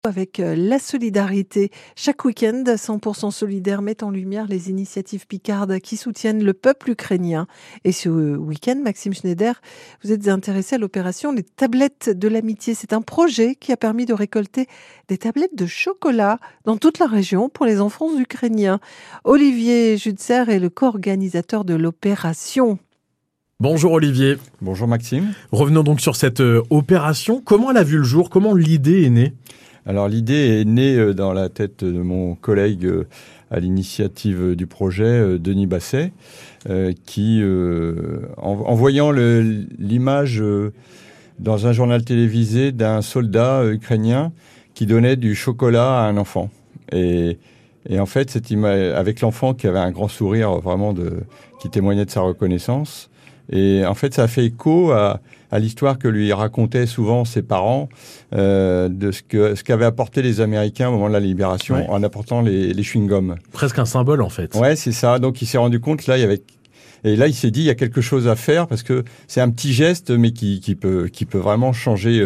Avec la solidarité. Chaque week-end, 100% solidaire met en lumière les initiatives picardes qui soutiennent le peuple ukrainien. Et ce week-end, Maxime Schneider, vous êtes intéressé à l'opération Les Tablettes de l'Amitié. C'est un projet qui a permis de récolter des tablettes de chocolat dans toute la région pour les enfants ukrainiens. Olivier Jutzer est le co-organisateur de l'opération. Bonjour Olivier. Bonjour Maxime. Revenons donc sur cette opération. Comment elle a vu le jour? Comment l'idée est née? Alors l'idée est née dans la tête de mon collègue à l'initiative du projet, Denis Basset, qui, en voyant l'image dans un journal télévisé d'un soldat ukrainien qui donnait du chocolat à un enfant. Et en fait, cette image, avec l'enfant qui avait un grand sourire vraiment qui témoignait de sa reconnaissance. Et en fait, ça a fait écho à l'histoire que lui racontaient souvent ses parents de ce qu'avaient apporté les Américains au moment de la libération, ouais, en apportant les chewing-gums. Presque un symbole, en fait. Ouais, c'est ça. Donc, il s'est rendu compte, là, et là, il s'est dit, il y a quelque chose à faire parce que c'est un petit geste, mais qui peut vraiment changer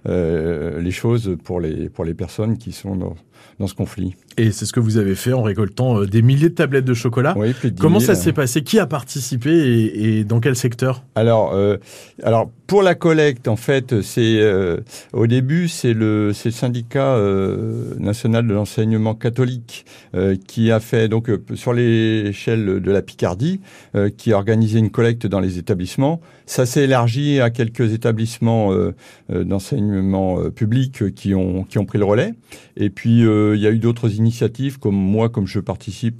les choses pour les personnes qui sont dans ce conflit. Et c'est ce que vous avez fait en récoltant des milliers de tablettes de chocolat. Oui, plus de 10 000. Comment ça s'est passé? Qui a participé et dans quel secteur? Alors pour la collecte, en fait, au début, c'est le syndicat national de l'enseignement catholique qui a fait, donc sur l'échelle de la Picardie, qui a organisé une collecte dans les établissements. Ça s'est élargi à quelques établissements d'enseignement public qui ont pris le relais. Et puis il y a eu d'autres initiatives, comme je participe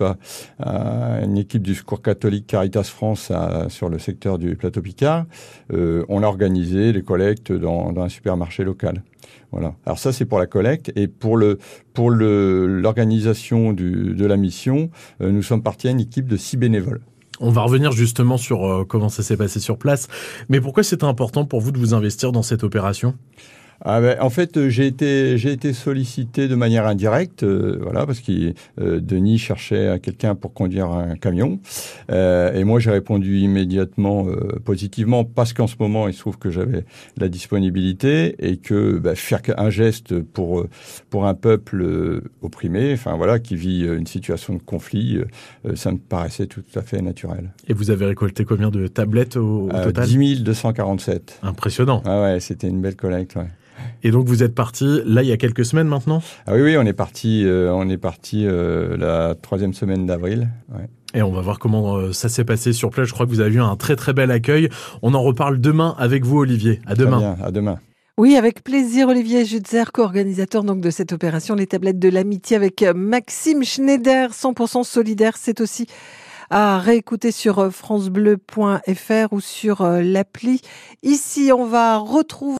à une équipe du Secours catholique Caritas France sur le secteur du Plateau Picard. On a organisé les collectes dans un supermarché local. Voilà. Alors ça, c'est pour la collecte. Et pour l'organisation de la mission, nous sommes partis à une équipe de 6 bénévoles. On va revenir justement sur comment ça s'est passé sur place. Mais pourquoi c'était important pour vous de vous investir dans cette opération ? En fait, j'ai été sollicité de manière indirecte, voilà, parce que Denis cherchait quelqu'un pour conduire un camion, et moi j'ai répondu immédiatement positivement parce qu'en ce moment il se trouve que j'avais la disponibilité et que faire un geste pour un peuple opprimé, enfin voilà, qui vit une situation de conflit, ça me paraissait tout à fait naturel. Et vous avez récolté combien de tablettes au total? 10 247. Impressionnant. Ah ouais, c'était une belle collecte, ouais. Et donc vous êtes parti, là, il y a quelques semaines maintenant? Ah oui, on est parti la 3e semaine d'avril. Ouais. Et on va voir comment ça s'est passé sur place. Je crois que vous avez eu un très très bel accueil. On en reparle demain avec vous, Olivier. À demain. Très bien, à demain. Oui, avec plaisir, Olivier Jutzer, co-organisateur donc de cette opération Les Tablettes de l'Amitié avec Maxime Schneider, 100% solidaire. C'est aussi à réécouter sur francebleu.fr ou sur l'appli. Ici, on va retrouver